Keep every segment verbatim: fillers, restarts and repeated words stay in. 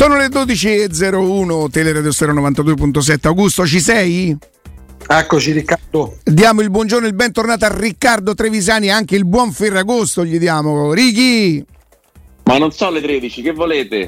Sono le dodici e zero uno, Teleradio Stereo novantadue virgola sette. Augusto, ci sei? Eccoci Riccardo. Diamo il buongiorno e il bentornato a Riccardo Trevisani, anche il buon Ferragosto gli diamo. Righi! Ma non so le tredici, che volete?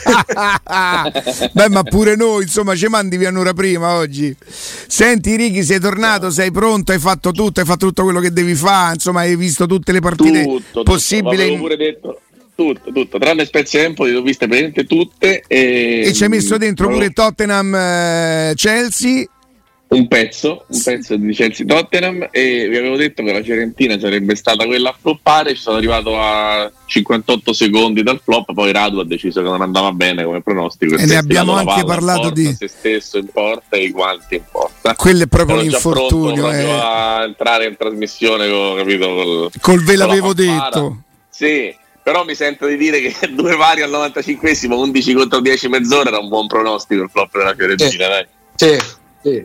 Beh, ma pure noi, insomma, ci mandi via un'ora prima oggi. Senti Righi, sei tornato, sei pronto, hai fatto tutto, hai fatto tutto quello che devi fare, insomma, hai visto tutte le partite tutto, possibili. Tutto, pure detto tutto, tutto, tranne Spezia Empoli, le ho viste praticamente tutte. E, e ci hai messo dentro no, pure Tottenham eh, Chelsea. Un pezzo, un pezzo di Chelsea Tottenham, e vi avevo detto che la Fiorentina sarebbe stata quella a floppare. Ci sono arrivato a cinquantotto secondi dal flop, poi Radu ha deciso che non andava bene come pronostico e ne abbiamo anche parlato di se stesso in porta e i guanti in porta. Quello è proprio l'infortunio, eh. a entrare in trasmissione con, capito, col, col ve l'avevo detto. Sì, però mi sento di dire che due vari al novantacinquesimo, undici contro dieci mezz'ora, era un buon pronostico il flop della Fiorentina, sì. dai. Sì, sì.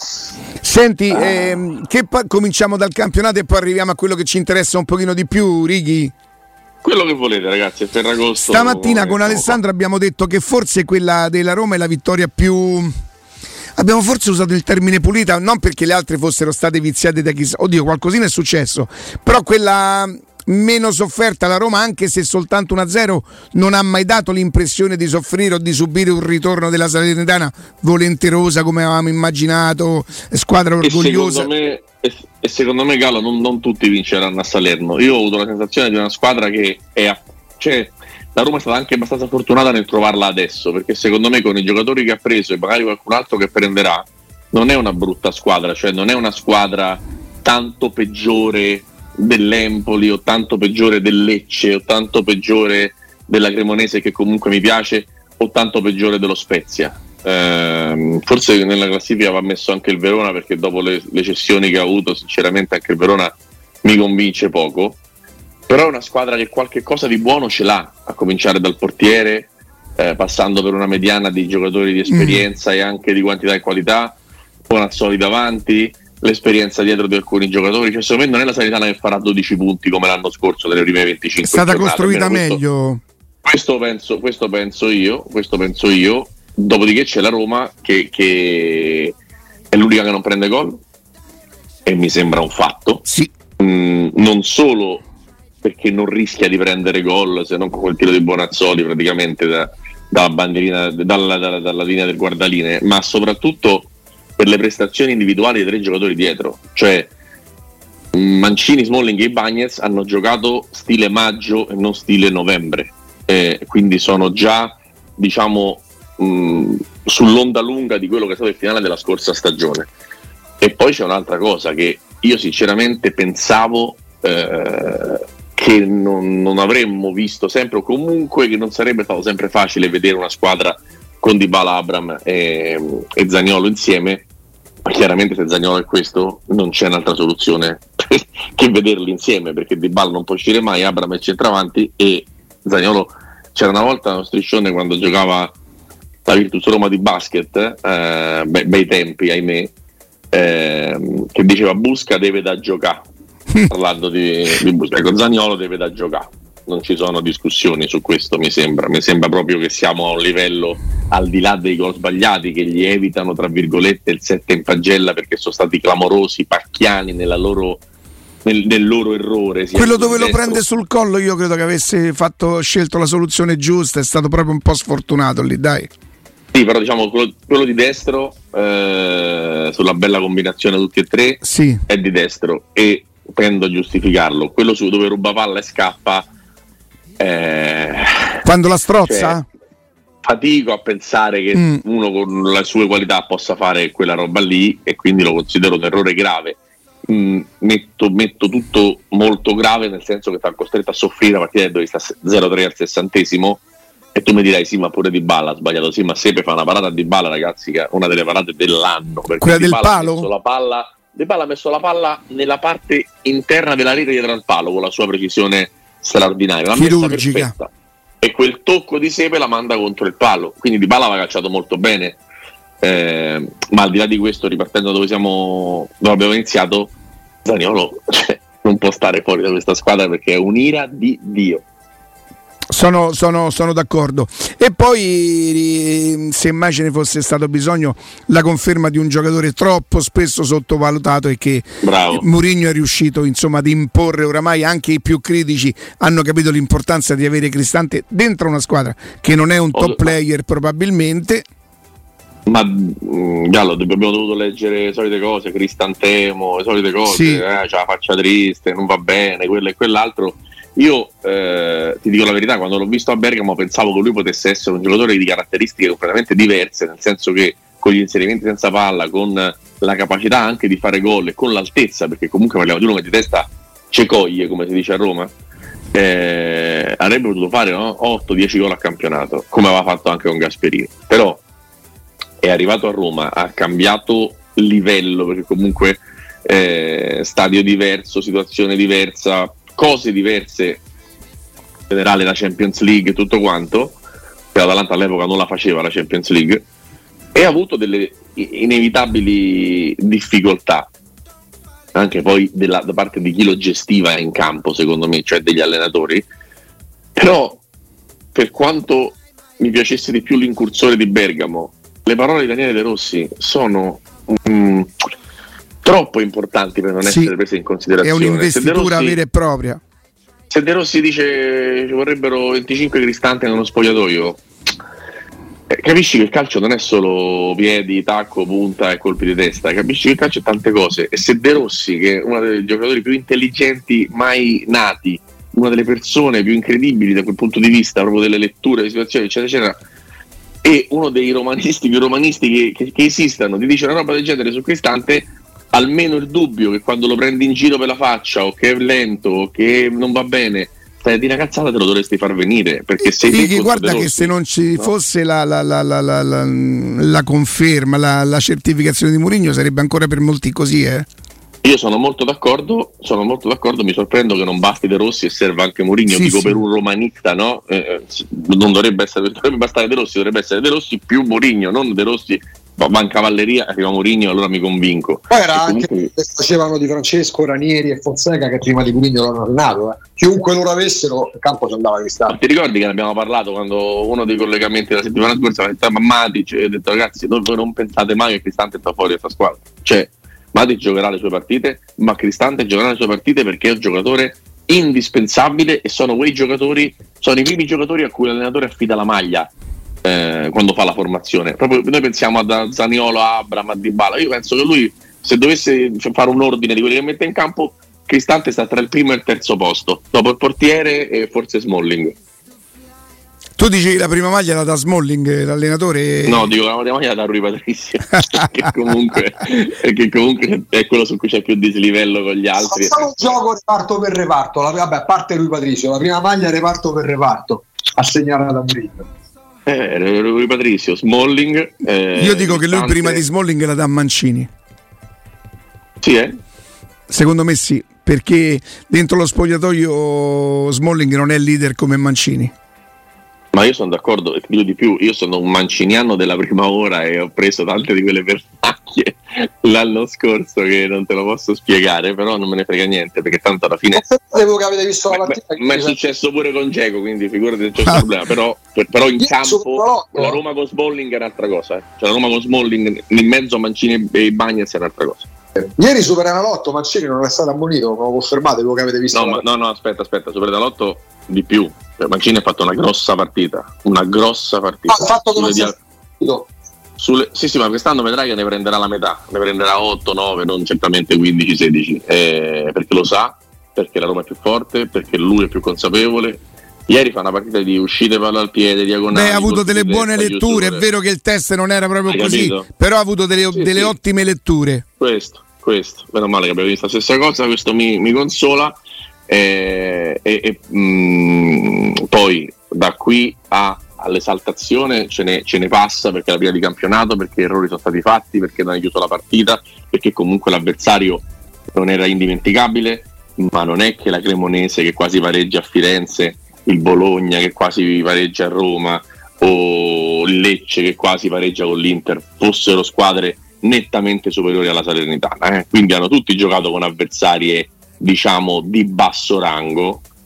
Senti, ah. ehm, che pa- cominciamo dal campionato e poi arriviamo a quello che ci interessa un pochino di più, Righi. Quello che volete, ragazzi, è Ferragosto. Stamattina con Alessandro abbiamo detto che forse quella della Roma è la vittoria più... Abbiamo forse usato il termine pulita, non perché le altre fossero state viziate da chissà... Oddio, qualcosina è successo, però quella... meno sofferta la Roma, anche se soltanto uno a zero, non ha mai dato l'impressione di soffrire o di subire un ritorno della Salernitana volenterosa come avevamo immaginato, squadra orgogliosa. E secondo me, e, e secondo me Gallo, non, non tutti vinceranno a Salerno. Io ho avuto la sensazione di una squadra che è a, cioè, la Roma è stata anche abbastanza fortunata nel trovarla adesso, perché secondo me con i giocatori che ha preso e magari qualcun altro che prenderà non è una brutta squadra, cioè non è una squadra tanto peggiore dell'Empoli o tanto peggiore del Lecce o tanto peggiore della Cremonese, che comunque mi piace, o tanto peggiore dello Spezia. Ehm, forse nella classifica va messo anche il Verona, perché dopo le, le cessioni che ha avuto sinceramente anche il Verona mi convince poco, però è una squadra che qualche cosa di buono ce l'ha, a cominciare dal portiere, eh, passando per una mediana di giocatori di esperienza mm. e anche di quantità e qualità, Bonazzoli davanti, l'esperienza dietro di alcuni giocatori. Cioè, secondo me non è la Salernitana che farà dodici punti come l'anno scorso nelle prime venticinque è stata giornate, costruita questo, meglio questo penso, questo penso io questo penso io dopodiché c'è la Roma che, che è l'unica che non prende gol, e mi sembra un fatto, sì. mm, non solo perché non rischia di prendere gol, se non con quel tiro di Bonazzoli praticamente da, dalla bandierina, dalla, dalla, dalla linea del guardaline, ma soprattutto per le prestazioni individuali dei tre giocatori dietro. Cioè Mancini, Smalling e Ibañez hanno giocato stile maggio e non stile novembre, eh, quindi sono già, diciamo, mh, sull'onda lunga di quello che è stato il finale della scorsa stagione. E poi c'è un'altra cosa che io sinceramente pensavo eh, che non, non avremmo visto sempre, o comunque che non sarebbe stato sempre facile vedere una squadra con Dybala, Abraham e, e Zaniolo insieme, ma chiaramente se Zaniolo è questo non c'è un'altra soluzione che vederli insieme, perché Dybala non può uscire mai, Abraham è centravanti e Zaniolo. C'era una volta uno striscione quando giocava la Virtus Roma di basket, eh, be- bei tempi ahimè, eh, che diceva Busca deve da giocare, parlando di, di Busca, ecco, Zaniolo deve da giocare. Non ci sono discussioni su questo, mi sembra. Mi sembra proprio che siamo a un livello al di là dei gol sbagliati che gli evitano, tra virgolette, il sette in pagella, perché sono stati clamorosi, pacchiani nella loro, nel, nel loro errore. Quello dove lo prende sul collo, io credo che avesse fatto, scelto la soluzione giusta, è stato proprio un po' sfortunato lì, dai. Sì, però diciamo quello, quello di destro, eh, sulla bella combinazione tutti e tre, sì. È di destro e tendo a giustificarlo. Quello su dove ruba palla e scappa, Eh, quando la strozza, cioè, fatico a pensare che mm. uno con le sue qualità possa fare quella roba lì, e quindi lo considero un errore grave. Mm, metto, metto tutto molto grave, nel senso che sta costretto a soffrire a partire dove sta zero tre al sessantesimo, e tu mi dirai sì, ma pure Dybala ha sbagliato. Sì, ma Sepe fa una parata a Dybala, ragazzi, che è una delle parate dell'anno, quella del palo. Ha messo la palla, Dybala ha messo la palla nella parte interna della rete dietro al palo con la sua precisione straordinaria, l'ha messa perfetta, e quel tocco di Sepe la manda contro il palo, quindi Dybala aveva calciato molto bene, eh, ma al di là di questo, ripartendo da dove siamo, dove abbiamo iniziato, Zaniolo, cioè, non può stare fuori da questa squadra perché è un'ira di Dio. Sono, sono, sono d'accordo. E poi, se mai ce ne fosse stato bisogno, la conferma di un giocatore troppo spesso sottovalutato e che Bravo. Mourinho è riuscito, insomma, ad imporre. Oramai anche i più critici hanno capito l'importanza di avere Cristante dentro una squadra che non è un top player probabilmente. Ma mh, Gallo, abbiamo dovuto leggere le solite cose, Cristantemo, le solite cose, sì. eh, c'ha la faccia triste, non va bene, quello e quell'altro. Io eh, ti dico la verità, quando l'ho visto a Bergamo pensavo che lui potesse essere un giocatore di caratteristiche completamente diverse, nel senso che con gli inserimenti senza palla, con la capacità anche di fare gol e con l'altezza, perché comunque parliamo di uno che di testa ce coglie, come si dice a Roma, eh, avrebbe potuto fare no? otto dieci gol a campionato, come aveva fatto anche con Gasperini. Però è arrivato a Roma, ha cambiato livello, perché comunque eh, stadio diverso, situazione diversa, cose diverse, in generale la Champions League, tutto quanto, che l'Atalanta all'epoca non la faceva la Champions League, e ha avuto delle inevitabili difficoltà, anche poi della, da parte di chi lo gestiva in campo, secondo me, cioè degli allenatori. Però, per quanto mi piacesse di più l'incursore di Bergamo, le parole di Daniele De Rossi sono mm, troppo importanti per non sì, essere prese in considerazione. È un'investitura Rossi, vera e propria. Se De Rossi dice ci vorrebbero venticinque Cristanti nello spogliatoio, eh, capisci che il calcio non è solo piedi, tacco, punta e colpi di testa, capisci che il calcio è tante cose. E se De Rossi, che è uno dei giocatori più intelligenti mai nati, una delle persone più incredibili da quel punto di vista, proprio delle letture, delle situazioni, eccetera, eccetera, e uno dei romanisti più romanisti che, che, che esistano, ti dice una roba del genere su Cristante, almeno il dubbio che quando lo prendi in giro per la faccia o che è lento o che non va bene, stai a dire una cazzata, te lo dovresti far venire, perché sei sì, guarda che se non ci no? fosse la, la, la, la, la, la, la conferma, la, la certificazione di Mourinho, sarebbe ancora per molti così, eh? Io sono molto d'accordo, sono molto d'accordo, mi sorprendo che non basti De Rossi e serva anche Mourinho, sì, dico sì. Per un romanista, no? Eh, non dovrebbe essere, dovrebbe bastare De Rossi, dovrebbe essere De Rossi più Mourinho, non De Rossi va in cavalleria, arriva Mourinho, allora mi convinco. Poi era e comunque... anche che facevano di Francesco, Ranieri e Fonseca, che prima di Mourinho l'hanno allenato, eh. Chiunque loro avessero, il campo ci andava Cristante. Ti ricordi che ne abbiamo parlato quando uno dei collegamenti della settimana scorsa aveva detto Matic e ha detto ragazzi, voi non pensate mai che Cristante sta fuori da questa squadra, cioè Matic giocherà le sue partite, ma Cristante giocherà le sue partite perché è un giocatore indispensabile e sono quei giocatori, sono i primi giocatori a cui l'allenatore affida la maglia eh, quando fa la formazione. Proprio noi pensiamo a Zaniolo, a Abraham, a Dybala. Io penso che lui, se dovesse fare un ordine di quelli che mette in campo, Cristante sta tra il primo e il terzo posto, dopo il portiere e forse Smalling. Tu dici la prima maglia la da Smalling, l'allenatore? No, dico la prima maglia da Rui Patricio, che comunque, che comunque è quello su cui c'è più dislivello con gli altri. Facciamo un gioco reparto per reparto, la, vabbè, a parte Rui Patricio, la prima maglia reparto per reparto, assegnata da Mourinho. Eh, Rui Patricio, Smalling. Eh, Io dico che lui prima di Smalling la dà Mancini. Sì, eh? Secondo me sì, perché dentro lo spogliatoio Smalling non è leader come Mancini. Ma io sono d'accordo, e dico di più, io sono un manciniano della prima ora e ho preso tante di quelle pernacchie l'anno scorso che non te lo posso spiegare, però non me ne frega niente, perché tanto alla fine... Sapevo che avete visto la partita. Ma è successo pure con Dzeko, quindi figurati se c'è un problema, però, per, però in campo la Roma con Smalling è un'altra cosa, eh. Cioè la Roma con Smalling in mezzo a Mancini e Bagnez è un'altra cosa. Ieri Superenalotto Mancini non è stato ammonito, me lo confermate voi che avete visto? No, ma, no, no, aspetta, aspetta, Superenalotto di più. Mancini ha fatto una grossa partita, una grossa partita. Ha fatto come dia- sulle... Sì, sì, ma quest'anno vedrai che ne prenderà la metà, ne prenderà otto nove, non certamente quindici sedici, eh, perché lo sa, perché la Roma è più forte, perché lui è più consapevole. Ieri fa una partita di uscite palla al piede, diagonali. Beh, ha avuto delle buone letture, chiusure. È vero che il test non era proprio Hai così, capito? Però ha avuto delle, sì, delle sì. ottime letture. Questo, questo, meno male che abbiamo visto la stessa cosa, questo mi, mi consola. E, e, e mh, poi da qui a, all'esaltazione ce ne, ce ne passa, perché la via di campionato, perché errori sono stati fatti, perché non ha chiuso la partita, perché comunque l'avversario non era indimenticabile, ma non è che la Cremonese che quasi pareggia a Firenze, il Bologna che quasi pareggia a Roma o il Lecce che quasi pareggia con l'Inter fossero squadre nettamente superiori alla Salernitana, eh? Quindi hanno tutti giocato con avversarie diciamo di basso rango,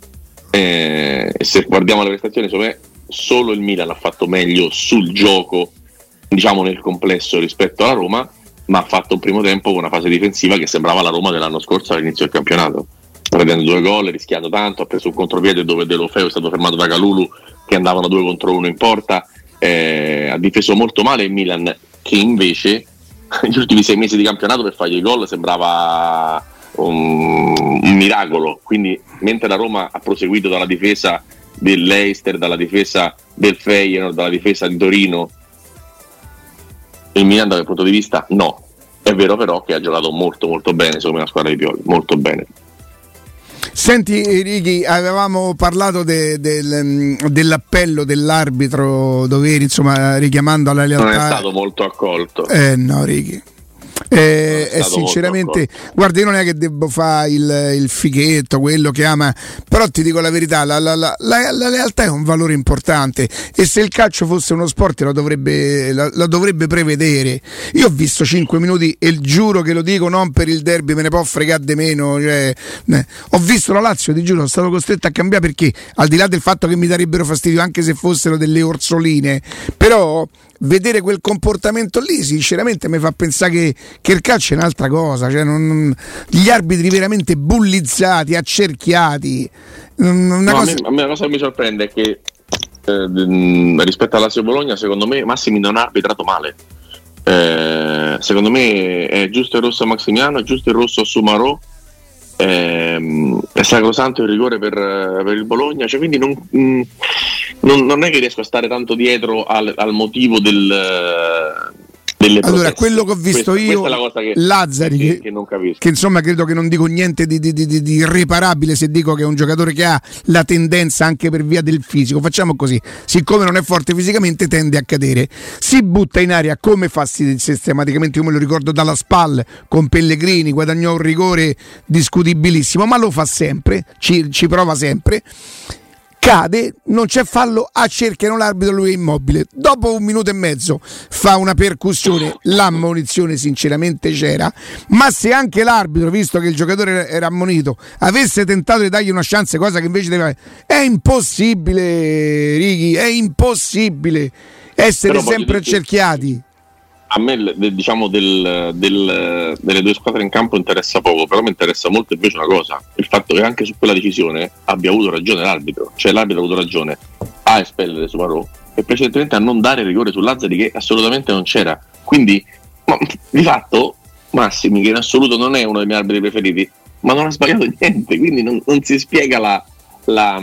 Eh, se guardiamo le prestazioni, secondo me solo il Milan ha fatto meglio sul gioco, diciamo nel complesso, rispetto alla Roma, ma ha fatto un primo tempo con una fase difensiva che sembrava la Roma dell'anno scorso all'inizio del campionato, prendendo due gol, rischiando tanto, ha preso un contropiede dove De Lofeu è stato fermato da Kalulu che andavano due contro uno in porta, eh, ha difeso molto male il Milan, che invece negli ultimi sei mesi di campionato per fargli i gol sembrava un, un miracolo. Quindi mentre la Roma ha proseguito dalla difesa dell'Eister, dalla difesa del Feyenoord, dalla difesa di Torino, il Milan da quel punto di vista no. È vero però che ha giocato molto molto bene, secondo me, la squadra di Pioli, molto bene. Senti Righi, avevamo parlato de, del, dell'appello dell'arbitro Doveri, insomma, richiamando alla lealtà. Non è stato molto accolto. Eh no, Righi. Eh, è sinceramente, guarda, io non è che devo fare il, il fighetto, quello che ama, però ti dico la verità, la, la, la, la, la lealtà è un valore importante, e se il calcio fosse uno sport la dovrebbe, la, la dovrebbe prevedere. Io ho visto cinque minuti e giuro che lo dico non per il derby, me ne può fregare di meno, cioè, eh, ho visto la Lazio, ti giuro, sono stato costretto a cambiare, perché al di là del fatto che mi darebbero fastidio anche se fossero delle orsoline, però vedere quel comportamento lì sinceramente mi fa pensare che, che il calcio è un'altra cosa, cioè non, gli arbitri veramente bullizzati, accerchiati, una no, cosa... a, me, a me la cosa che mi sorprende è che eh, rispetto alla Lazio Bologna, secondo me Massimi non ha arbitrato male. Eh, secondo me è giusto il rosso a Maximiano, è giusto il rosso a Soumarò, eh, è sacrosanto il rigore per, per il Bologna, cioè, quindi non, mh, non, non è che riesco a stare tanto dietro al, al motivo del, delle proteste. Allora, quello che ho visto questa, io, questa è la cosa che, Lazzari, che, che, che non capisco, che insomma credo che non dico niente di, di, di, di irreparabile se dico che è un giocatore che ha la tendenza, anche per via del fisico, facciamo così, siccome non è forte fisicamente tende a cadere, si butta in aria come fa sistematicamente, io me lo ricordo dalla SPAL con Pellegrini, guadagnò un rigore discutibilissimo, ma lo fa sempre, ci, ci prova sempre, cade, non c'è fallo, accerchiano l'arbitro, lui è immobile, dopo un minuto e mezzo fa una percussione, l'ammonizione sinceramente c'era, ma se anche l'arbitro, visto che il giocatore era ammonito, avesse tentato di dargli una chance, cosa che invece deve, è impossibile, Righi, è impossibile essere però sempre accerchiati. A me, diciamo, del, del, delle due squadre in campo interessa poco, però mi interessa molto invece una cosa, il fatto che anche su quella decisione abbia avuto ragione l'arbitro, cioè l'arbitro ha avuto ragione a espellere Soumarò e precedentemente a non dare rigore su Lazzari, che assolutamente non c'era. Quindi, ma, di fatto, Massimi, che in assoluto non è uno dei miei arbitri preferiti, ma non ha sbagliato niente, quindi non, non si spiega la... la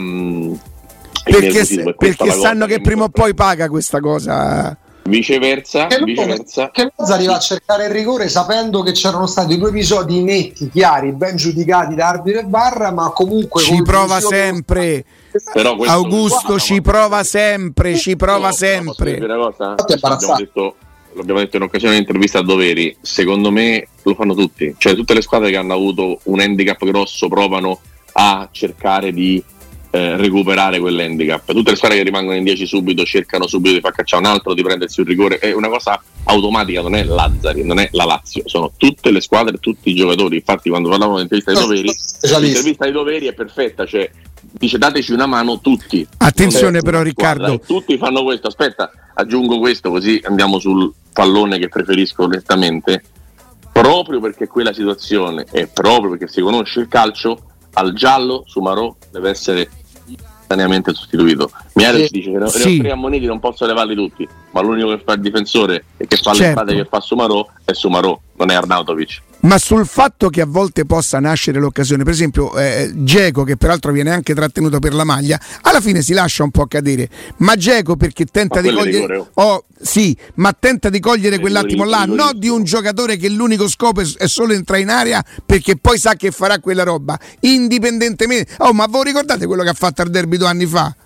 perché se, perché sanno che, che prima o poi paga questa cosa. Viceversa, che, viceversa. che Lazzari va a cercare il rigore sapendo che c'erano stati due episodi netti, chiari, ben giudicati da arbitro e barra, ma comunque ci prova sempre. Però Augusto ci prova sempre, ci prova sempre. Cosa? L'abbiamo detto, l'abbiamo detto in occasione dell'intervista a Doveri, secondo me lo fanno tutti, cioè tutte le squadre che hanno avuto un handicap grosso provano a cercare di Eh, recuperare quell'handicap. Tutte le squadre che rimangono in dieci subito cercano subito di far cacciare un altro, di prendersi un rigore, è una cosa automatica, non è Lazzari, non è la Lazio, sono tutte le squadre, tutti i giocatori. Infatti quando parlavamo dell'intervista dei Doveri, l'intervista dei Doveri è perfetta, cioè dice dateci una mano tutti. Attenzione però Riccardo, squadra, tutti fanno questo. Aspetta, aggiungo questo così andiamo sul pallone che preferisco onestamente, proprio perché quella situazione e proprio perché si conosce il calcio, al giallo Soumarò deve essere istantaneamente sostituito. Miare ci dice che sì, i tre ammoniti non posso levarli tutti, ma l'unico che fa il difensore e che fa certo. le spade che fa Soumarò è Soumarò, non è Arnautovic. Ma sul fatto che a volte possa nascere l'occasione, per esempio Dzeko, eh, che peraltro viene anche trattenuto per la maglia, alla fine si lascia un po' cadere, ma Dzeko perché tenta ma di cogliere oh, sì, ma tenta di cogliere quell'attimo là, non di un giocatore che l'unico scopo è solo entrare in area perché poi sa che farà quella roba, indipendentemente. Oh, ma voi ricordate quello che ha fatto al derby due anni fa?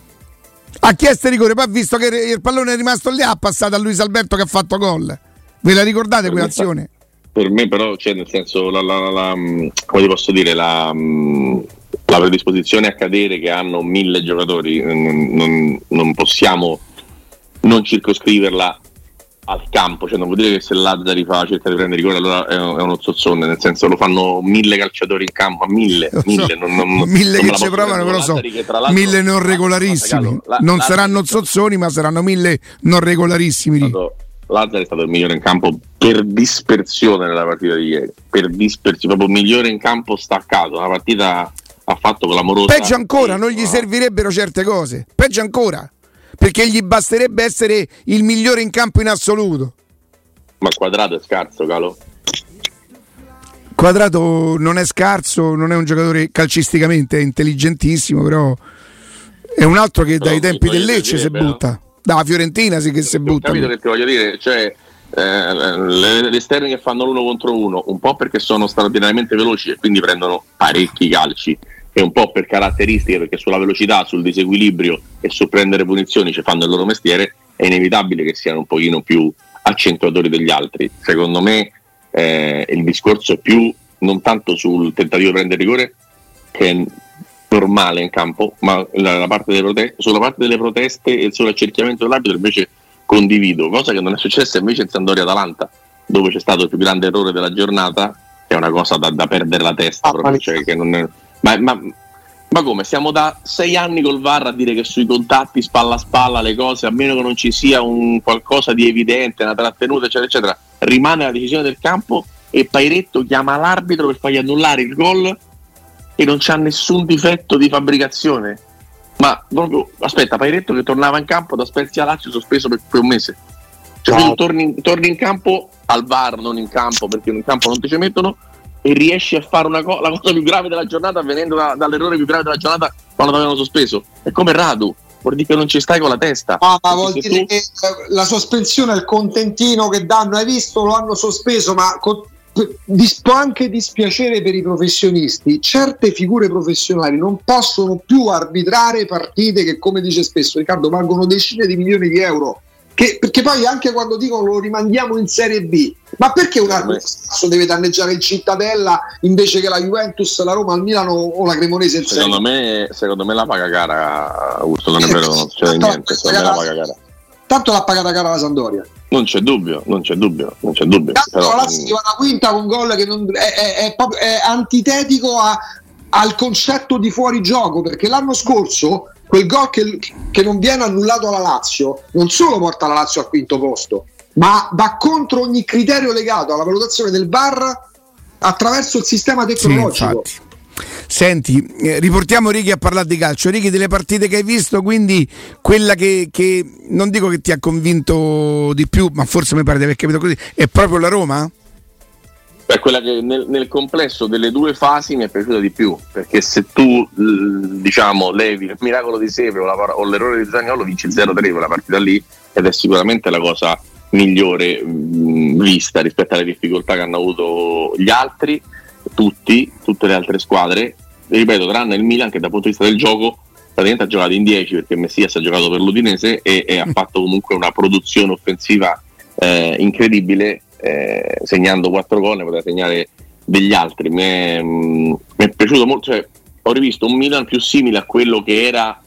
Ha chiesto rigore, poi ha visto che il pallone è rimasto lì, ha passato a Luis Alberto che ha fatto gol. Ve la ricordate quell'azione? Per me però c'è, nel senso, la, la, la, la, come ti posso dire, la, la predisposizione a cadere che hanno mille giocatori, non, non possiamo non circoscriverla al campo, cioè non vuol dire che se Lazzari fa cerca di prendere rigore allora è, è uno zozzone, nel senso lo fanno mille calciatori in campo, mille, mille, so, non, non, mille non che ci provano, però so mille non regolarissimi, la, non Lazzari saranno zozzoni ma saranno mille non regolarissimi. Stato, Lazzari è stato il migliore in campo per dispersione nella partita di ieri, per dispersione, proprio migliore in campo staccato, una partita ha fatto clamorosa. Peggio ancora, non gli servirebbero certe cose, peggio ancora, perché gli basterebbe essere il migliore in campo in assoluto. Ma Quadrato è scarso, Calo? Quadrato non è scarso, non è un giocatore calcisticamente, è intelligentissimo, però è un altro che però dai tempi del Lecce si butta, dalla Fiorentina sì che si butta. Ho capito che ti voglio dire, cioè eh, le, le esterni che fanno l'uno contro uno, un po' perché sono straordinariamente veloci e quindi prendono parecchi calci, e un po' per caratteristiche, perché sulla velocità, sul disequilibrio e su prendere punizioni ci fanno il loro mestiere, è inevitabile che siano un pochino più accentuatori degli altri. Secondo me eh, il discorso è più non tanto sul tentativo di prendere rigore, che è normale in campo, ma la, la parte delle proteste, sulla parte delle proteste e sul accerchiamento dell'arbitro invece condivido, cosa che non è successa invece in Sampdoria-Atalanta, dove c'è stato il più grande errore della giornata, che è una cosa da, da perdere la testa, proprio, cioè che non è, ma, ma, ma come? Siamo da sei anni col V A R a dire che sui contatti spalla a spalla le cose, a meno che non ci sia un qualcosa di evidente, una trattenuta eccetera eccetera, rimane la decisione del campo e Pairetto chiama l'arbitro per fargli annullare il gol e non c'ha nessun difetto di fabbricazione. Ma proprio, aspetta, Pairetto che tornava in campo da Spezia Lazio sospeso per, per un mese, cioè no. tu torni, torni in campo al V A R, non in campo, perché in campo non ti ci mettono, e riesci a fare una co- la cosa più grave della giornata venendo da, dall'errore più grave della giornata quando ti avevano sospeso. È come Radu, vuol dire che non ci stai con la testa. Ah, ma vuol dire tu... che la sospensione è il contentino che danno, hai visto, lo hanno sospeso, ma con... può anche dispiacere per i professionisti. Certe figure professionali non possono più arbitrare partite che, come dice spesso Riccardo, valgono decine di milioni di euro. Che, perché poi anche quando dicono lo rimandiamo in Serie B, ma perché un arbitro deve danneggiare il Cittadella invece che la Juventus, la Roma, il Milano o la Cremonese in secondo me, secondo me la paga cara Augusto, non è vero, non c'è niente, secondo me la paga cara. Tanto l'ha pagata cara la Sampdoria, non c'è dubbio, non c'è dubbio, non c'è dubbio. Tanto però, la Lazio arriva alla quinta con gol che non, è, è, è, proprio, è antitetico a, al concetto di fuorigioco, perché l'anno scorso quel gol che, che non viene annullato alla Lazio non solo porta la Lazio al quinto posto, ma va contro ogni criterio legato alla valutazione del V A R attraverso il sistema tecnologico. Sì, senti, eh, riportiamo Righi a parlare di calcio. Righi, delle partite che hai visto, quindi quella che, che non dico che ti ha convinto di più, ma forse mi pare di aver capito così, è proprio la Roma? È quella che nel, nel complesso delle due fasi mi è piaciuta di più, perché se tu diciamo levi il miracolo di Sepe o, la, o l'errore di Zaniolo, vinci zero tre quella partita lì, ed è sicuramente la cosa migliore mh, vista rispetto alle difficoltà che hanno avuto gli altri, tutti, tutte le altre squadre, e ripeto, tranne il Milan che dal punto di vista del gioco praticamente ha giocato in dieci, perché Messias ha giocato per l'Udinese e, e ha fatto comunque una produzione offensiva eh, incredibile, eh, segnando quattro gol, ne poteva segnare degli altri. Mi è, mh, mi è piaciuto molto, cioè, ho rivisto un Milan più simile a quello che era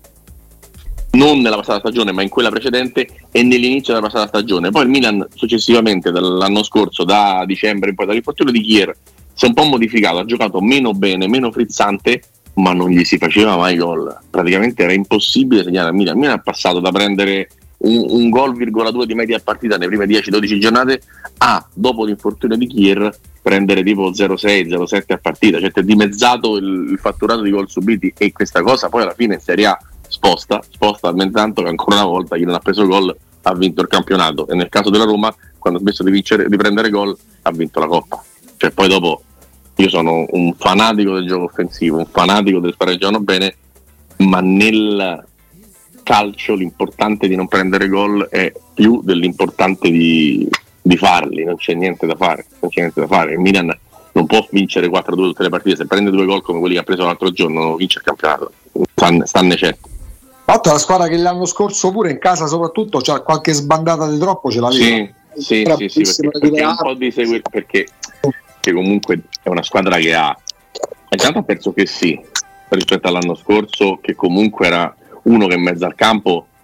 non nella passata stagione ma in quella precedente e nell'inizio della passata stagione. Poi il Milan successivamente dall'anno scorso, da dicembre in poi, dall'infortunio di Kier, si è un po' modificato, ha giocato meno bene, meno frizzante, ma non gli si faceva mai gol, praticamente era impossibile segnare al Milan. Il Milan è passato da prendere un, un gol virgola due di media a partita nelle prime dieci dodici giornate a, dopo l'infortunio di Kier, prendere tipo zero sei zero sette a partita, cioè è dimezzato il, il fatturato di gol subiti, e questa cosa poi alla fine in Serie A sposta, sposta talmente tanto che ancora una volta chi non ha preso gol ha vinto il campionato, e nel caso della Roma, quando ha smesso di vincere, di prendere gol, ha vinto la Coppa. Cioè poi dopo, io sono un fanatico del gioco offensivo, un fanatico del spareggiano bene, ma nel calcio l'importante di non prendere gol è più dell'importante di, di farli, non c'è niente da fare, non c'è niente da fare. Il Milan non può vincere quattro due tutte le partite, se prende due gol come quelli che ha preso l'altro giorno non vince il campionato, stanne, stanne certo. Fatto la squadra che l'anno scorso pure in casa soprattutto, cioè qualche sbandata di troppo ce l'aveva. Sì, sì, sì, sì, perché, perché un po' di seguire, perché che comunque è una squadra che ha intanto ha perso che sì rispetto all'anno scorso, che comunque era uno che in mezzo al campo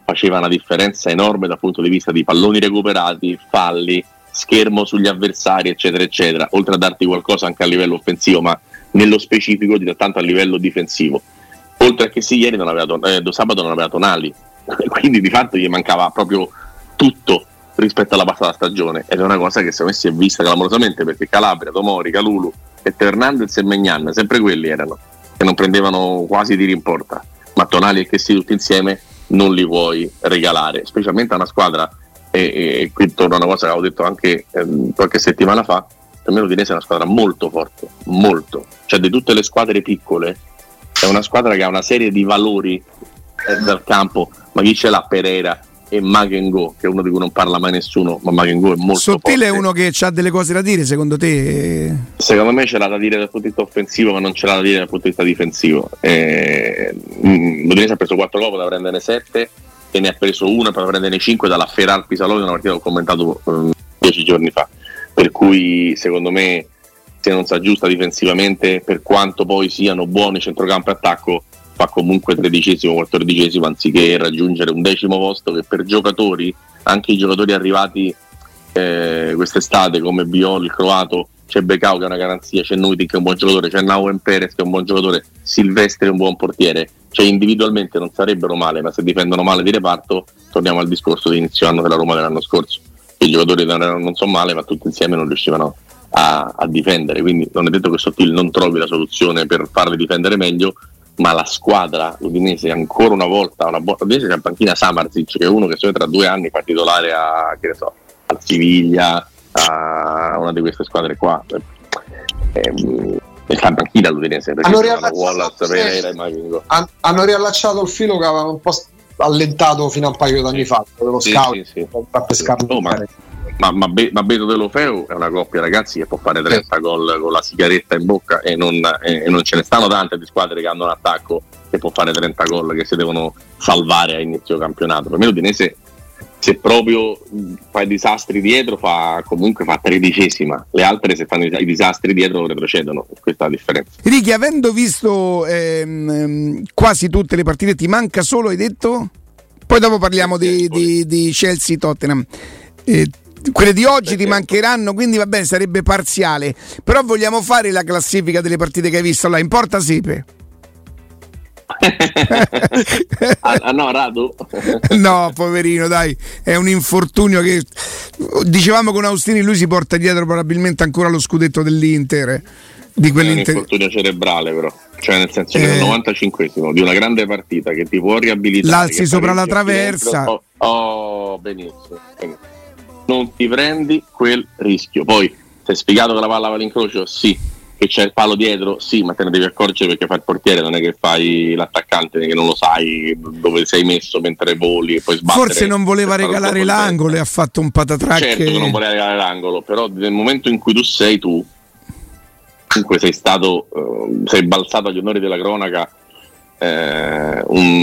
faceva una differenza enorme dal punto di vista di palloni recuperati, falli, schermo sugli avversari, eccetera eccetera, oltre a darti qualcosa anche a livello offensivo, ma nello specifico di tanto a livello difensivo. Oltre a che sì, ieri non aveva, eh, sabato non aveva Tonali, quindi di fatto gli mancava proprio tutto rispetto alla passata stagione, ed è una cosa che secondo me si è vista clamorosamente, perché Calabria, Tomori, Calulu e Hernandez e Maignan, sempre quelli erano che non prendevano quasi tiri in porta, ma Tonali e che sì tutti insieme non li puoi regalare, specialmente a una squadra, e, e, e qui torno a una cosa che avevo detto anche eh, qualche settimana fa, per me l'Udinese è una squadra molto forte, molto, cioè di tutte le squadre piccole è una squadra che ha una serie di valori eh, dal campo, ma chi ce l'ha? Pereira e Magengo, che è uno di cui non parla mai nessuno, ma Magengo è molto Sottile forte. È uno che ha delle cose da dire, secondo te? Secondo me ce l'ha da dire dal punto di vista offensivo, ma non ce l'ha da dire dal punto di vista difensivo. eh, L'Udinese ha preso quattro gol, poteva prenderne sette, e ne ha preso una per prenderne cinque dalla Feral Pisaloni, una partita che ho commentato um, dieci giorni fa, per cui secondo me se non si aggiusta difensivamente, per quanto poi siano buoni centrocampo e attacco, fa comunque tredicesimo, quattordicesimo, anziché raggiungere un decimo posto che per giocatori, anche i giocatori arrivati eh, quest'estate come Biol, il croato, c'è Becao che è una garanzia, c'è Nuiti che è un buon giocatore, c'è Nauen Perez che è un buon giocatore, Silvestri è un buon portiere, cioè individualmente non sarebbero male, ma se difendono male di reparto torniamo al discorso di inizio anno della Roma dell'anno scorso, i giocatori non sono male, ma tutti insieme non riuscivano a, a difendere, quindi non è detto che Sottil non trovi la soluzione per farli difendere meglio, ma la squadra l'Udinese ancora una volta una buona Udinese, c'è in panchina Samarzic, che è uno che solo tra due anni fa titolare a, che ne so, al Siviglia, a una di queste squadre qua, ehm, e sta in panchina l'Udinese perché hanno Wallace, Pereira e Magingo han, hanno riallacciato il filo che avevano un po' allentato fino a un paio d'anni fa, dello sì, scout, sì, sì. Per oh, ma, ma, ma, Be- ma Beto De Lofeu è una coppia, ragazzi, che può fare trenta gol con la sigaretta in bocca, e non, e, e non ce ne stanno tante di squadre che hanno un attacco che può fare trenta gol, che si devono salvare a inizio campionato. Per me l'Udinese, se proprio fa i disastri dietro, fa comunque fa tredicesima, le altre se fanno i disastri dietro retrocedono, questa è la differenza. Ricky, avendo visto ehm, quasi tutte le partite, ti manca solo, hai detto? Poi dopo parliamo di, di, di Chelsea Tottenham. Eh, quelle di oggi ti mancheranno, quindi va bene, sarebbe parziale, però vogliamo fare la classifica delle partite che hai visto là, in porta Sepe. ah, ah no, Radu? No, poverino, dai, è un infortunio che dicevamo con Austini, lui si porta dietro probabilmente ancora lo scudetto dell'Inter, di è un infortunio cerebrale, però, cioè nel senso che eh, nel novantacinquesimo di una grande partita che ti può riabilitare, l'alzi sopra la traversa, dentro, oh, oh benissimo, benissimo, non ti prendi quel rischio. Poi ti è spiegato che la palla va all'incrocio, sì, che c'è il palo dietro, sì, ma te ne devi accorgere perché fai il portiere, non è che fai l'attaccante che non lo sai dove sei messo mentre voli e poi sbattere. Forse non voleva regalare l'angolo e ha fatto un patatrack. Certo che non voleva regalare l'angolo, però nel momento in cui tu sei tu, comunque sei stato, uh, sei balzato agli onori della cronaca eh,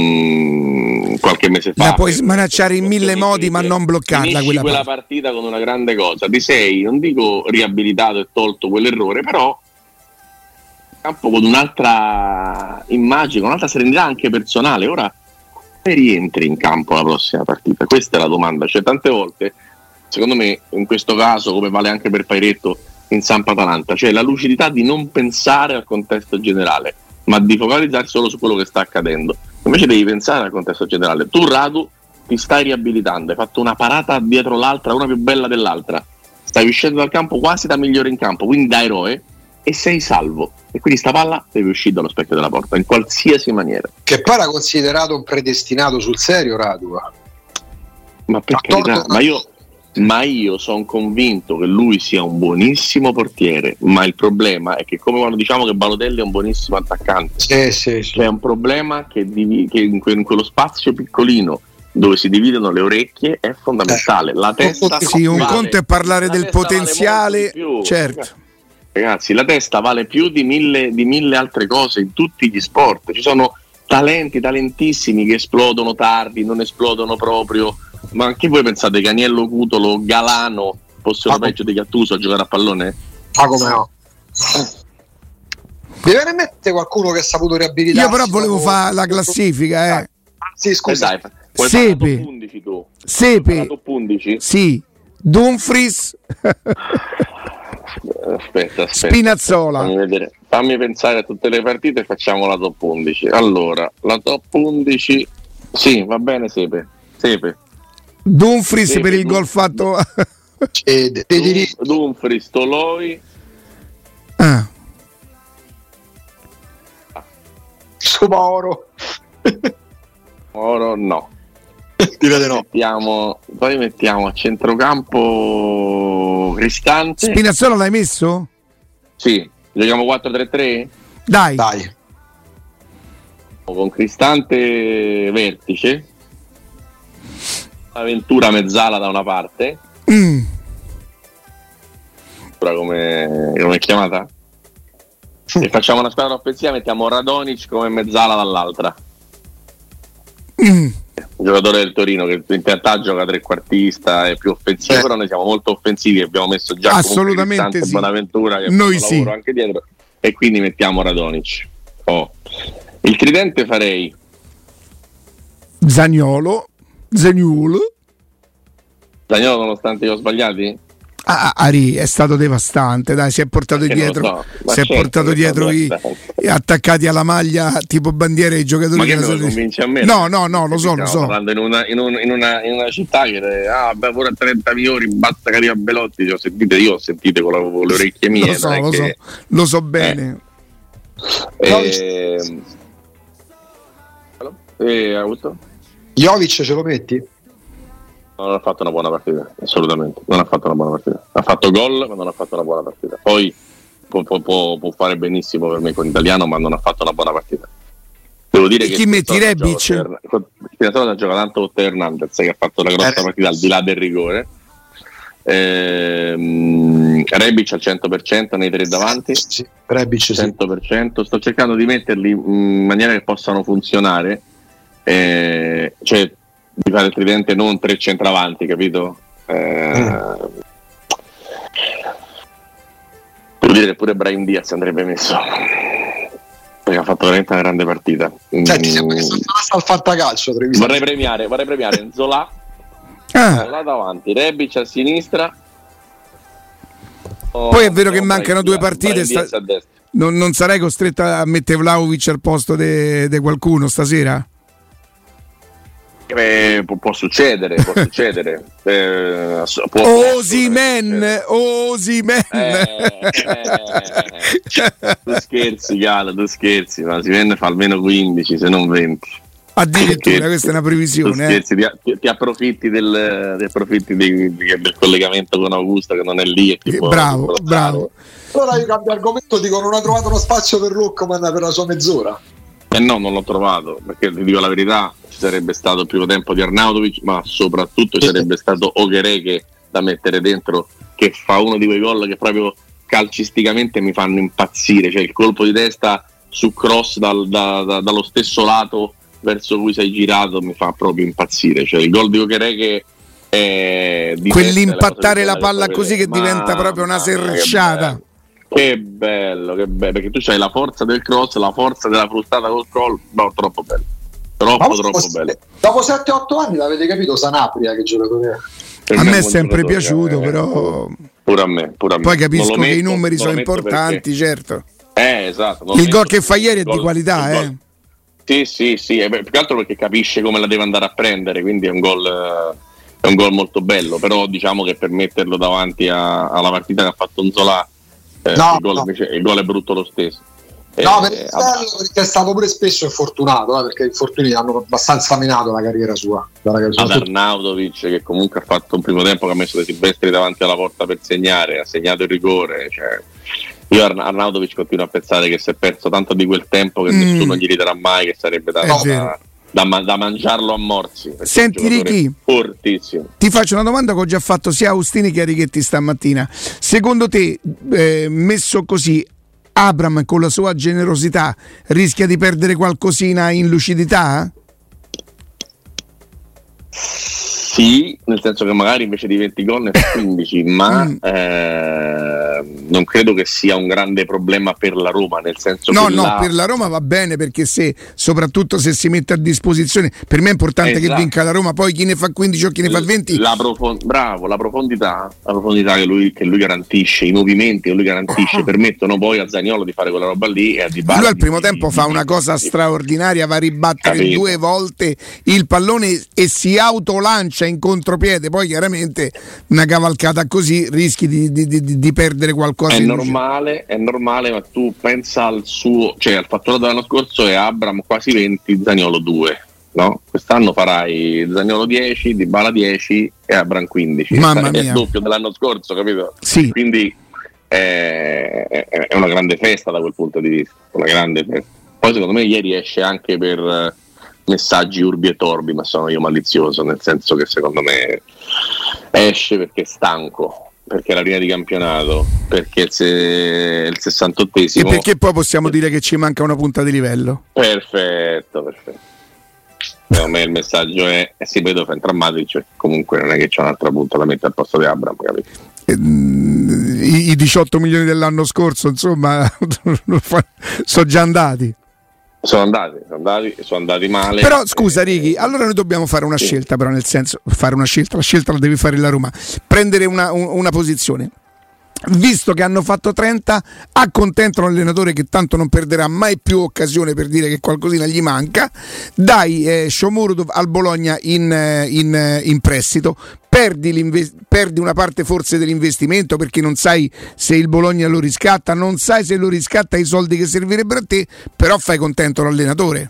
un qualche mese fa. La puoi smanacciare in mille modi, ma non bloccarla quella, quella partita con una grande cosa. Ti sei, non dico riabilitato e tolto quell'errore, però campo con un'altra immagine, un'altra serenità anche personale. Ora come rientri in campo la prossima partita? Questa è la domanda. Cioè, tante volte, secondo me, in questo caso, come vale anche per Pairetto in Samp-Atalanta, cioè la lucidità di non pensare al contesto generale, ma di focalizzarsi solo su quello che sta accadendo. Invece devi pensare al contesto generale. Tu, Radu, ti stai riabilitando, hai fatto una parata dietro l'altra, una più bella dell'altra, stai uscendo dal campo quasi da migliore in campo, quindi da eroe, e sei salvo, e quindi sta palla deve uscire dallo specchio della porta in qualsiasi maniera. Che poi era considerato un predestinato sul serio, Radu, ma per carità, ma io ma io sono convinto che lui sia un buonissimo portiere, ma il problema è che, come quando diciamo che Balotelli è un buonissimo attaccante, sì, sì, sì. c'è un problema che, div- che in, que- in quello spazio piccolino dove si dividono le orecchie è fondamentale. La testa sì, un vale, conto è parlare del potenziale, vale certo. Ragazzi, la testa vale più di mille, di mille altre cose in tutti gli sport. Ci sono talenti, talentissimi che esplodono tardi, non esplodono proprio. Ma anche voi pensate che Agnello, Cutolo, Galano fossero ah, peggio di Gattuso a giocare a pallone? Ah, come no? Deve ne mettere qualcuno che ha saputo riabilitarsi. Io però volevo fare la classifica, eh. Sì, scusa. Eh dai, Puoi Sepe. top undici tu. Sepe. Top undici? Sì. Dumfries. Aspetta, aspetta. Spinazzola. Fammi vedere. Fammi pensare a tutte le partite e facciamo la top undici. Allora, la top undici. Sì, va bene, Sepe. Sepe. Dumfries Sepe, per il Dum- gol fatto. E De- De Diri- Dum- Dumfries, Toloi. Ah. Somaoro. Oro no. Direte no. Mettiamo, poi mettiamo a centrocampo Cristante. Spinazzola l'hai messo? Sì, giochiamo quattro tre tre Dai. Dai. con Cristante vertice, Avventura mezzala da una parte. Mm. Come come è chiamata? E facciamo una squadra offensiva, mettiamo Radonic come mezzala dall'altra. Mm. Un giocatore del Torino che in realtà gioca trequartista, è più offensivo, Eh. però noi siamo molto offensivi, abbiamo messo già Assolutamente Cristante e sì. Bonaventura che Noi fanno sì. lavoro anche dietro, e quindi mettiamo Radonic. Oh. Il tridente farei Zaniolo. Zaniolo. Zaniolo, nonostante io ho sbagliati? Ah, Ari è stato devastante, dai, si è portato Perché non dietro, lo so, ma si è certo portato che dietro sono i, devastante. attaccati alla maglia tipo bandiere i giocatori. Ma che che me lo sono- convince a me? No, no, no, lo so, lo Stiamo so. parlando in una, in, un- in una, in una città che ah, beh, pure a trenta milioni basta che arriva Belotti. Cioè, sentite, io ho sentito con, la- con le orecchie mie. Lo so, non è lo che- so, lo so bene. Eh, eh, ha avuto? Jovic ce lo metti? Non ha fatto una buona partita, assolutamente. Non ha fatto una buona partita. Ha fatto gol, ma non ha fatto una buona partita. Poi può, può- può- può fare benissimo per me con l'italiano, ma non ha fatto una buona partita. Devo dire E che chi metti, Spinazzola Rebic? gioca con- Spinazzola gioca tanto con Teo Hernandez, che ha fatto una grossa Eh. partita al di là del rigore. Ehm, Rebic al cento per cento nei tre davanti. Sì, Rebic sì. cento per cento. Sto cercando di metterli in maniera che possano funzionare, eh, cioè di fare il tridente non tre centravanti, capito? Eh, Mm. Devo dire che pure Brahim Diaz andrebbe messo, perché ha fatto veramente una grande partita. Senti, Mm, sembra che sta al fantacalcio. Treviso. vorrei premiare, vorrei premiare Nzola, Ah, là davanti, Rebic a sinistra. Oh, Poi è vero che no, mancano Brahim due Diaz- partite, Brahim sta- Diaz a destra. non, non sarai costretta a mettere Vlahovic al posto di qualcuno stasera? Eh, può, può succedere, può succedere. Eh, ass- può- può Osimen, succedere. Osimen. Eh, eh, tu scherzi, Galo, tu scherzi, ma si vende fa almeno quindici, se non venti. Addirittura, Scherzi. questa è una Tu previsione. Eh. scherzi, ti, ti- ti approfitti del, ti approfitti di- di- del collegamento con Augusto che non è lì. E ti può- Bravo, ti può bravo. Allora io cambio argomento, dico non ha trovato uno spazio per Lookman per la sua mezz'ora. Eh no, non l'ho trovato, perché ti dico la verità, ci sarebbe stato il primo tempo di Arnautovic, ma soprattutto ci sarebbe stato Okereke da mettere dentro, che fa uno di quei gol che proprio calcisticamente mi fanno impazzire, cioè il colpo di testa su cross dal- da- da- dallo stesso lato verso cui sei girato mi fa proprio impazzire, cioè il gol di Okereke è di Quell'impattare testa, la palla cosa così che vedere. diventa proprio una Mamma mia, che serracciata. bello. Che bello, che bello, perché tu c'hai la forza del cross, la forza della frustata col gol, no, troppo bello, troppo Ma troppo dopo- bello. Dopo sette otto anni l'avete capito Sanabria che giocatore è? Per A me un è buon sempre giocatore, piaciuto, eh, però pure a me, pure a me. poi Non capisco lo che i metto, numeri non sono lo metto importanti, certo. perché- Eh, esatto. non lo Il gol metto che fa perché ieri è il di gol- qualità, il eh. gol- Sì, sì, sì, eh, beh, più che altro perché capisce come la deve andare a prendere, quindi è un gol, eh, è un gol molto bello, però diciamo che per metterlo davanti a- alla partita che ha fatto Nzola, eh, No, il, gol no. invece- il gol è brutto lo stesso. No, Eh, per il ah, bello, perché è stato pure spesso infortunato, eh, perché i infortuni hanno abbastanza minato la carriera sua. La carriera ad sua. Arnautovic, che comunque ha fatto un primo tempo che ha messo De Silvestri davanti alla porta per segnare, ha segnato il rigore, cioè, io Arna- Arnautovic continuo a pensare che si è perso tanto di quel tempo che Mm. nessuno gli ridarà mai, che sarebbe da, È da, vero. da ma- da mangiarlo a morsi, perché Senti, è un giocatore Ricky. fortissimo. Ti faccio una domanda che ho già fatto sia a Austini che a Righetti stamattina. Secondo te, eh, messo così, Abram con la sua generosità rischia di perdere qualcosina in lucidità? Sì, nel senso che magari invece di venti gol ne fa quindici, ma Mm. eh, eh, non credo che sia un grande problema per la Roma, nel senso no che no la... per la Roma va bene, perché se soprattutto se si mette a disposizione, per me è importante esatto. che vinca la Roma, poi chi ne fa quindici o chi ne fa venti la profond- bravo la profondità la profondità che lui, che lui garantisce, i movimenti che lui garantisce permettono poi a Zaniolo di fare quella roba lì e a Dybala lui al primo di, tempo di, fa di, una cosa di, straordinaria, va a ribattere capito. due volte il pallone e si autolancia in contropiede, poi chiaramente una cavalcata così rischi di, di, di, di perdere qualcosa. È normale, è normale, ma tu pensa al suo, cioè al fatturato dell'anno scorso è Abramo quasi venti, Zaniolo due, no? Quest'anno farai Zaniolo dieci, Dybala dieci e Abramo quindici. Mamma è mia. il doppio dell'anno scorso, capito? Sì. Quindi è, è una grande festa da quel punto di vista, una grande festa. Poi secondo me ieri esce anche per messaggi urbi e torbi, ma sono io malizioso, nel senso che secondo me esce perché è stanco, perché è la prima di campionato, perché è il sessantottesimo e perché poi possiamo dire che ci manca una punta di livello. Perfetto, perfetto. Secondo me il messaggio è eh sì, poi dove fa entrare Matic, comunque non è che c'è un'altra punta da mettere al posto di Abramo, capito? I, i diciotto milioni dell'anno scorso, insomma, sono già andati. Sono andati, sono andati, sono andati male. Però scusa Righi, allora noi dobbiamo fare una sì. scelta, però nel senso, fare una scelta, la scelta la devi fare la Roma, prendere una, un, una posizione. Visto che hanno fatto trenta, accontentano l'allenatore che tanto non perderà mai più occasione per dire che qualcosina gli manca, dai eh, Shomurodov al Bologna in, in, in prestito, perdi, perdi una parte forse dell'investimento perché non sai se il Bologna lo riscatta, non sai se lo riscatta i soldi che servirebbero a te, però fai contento l'allenatore.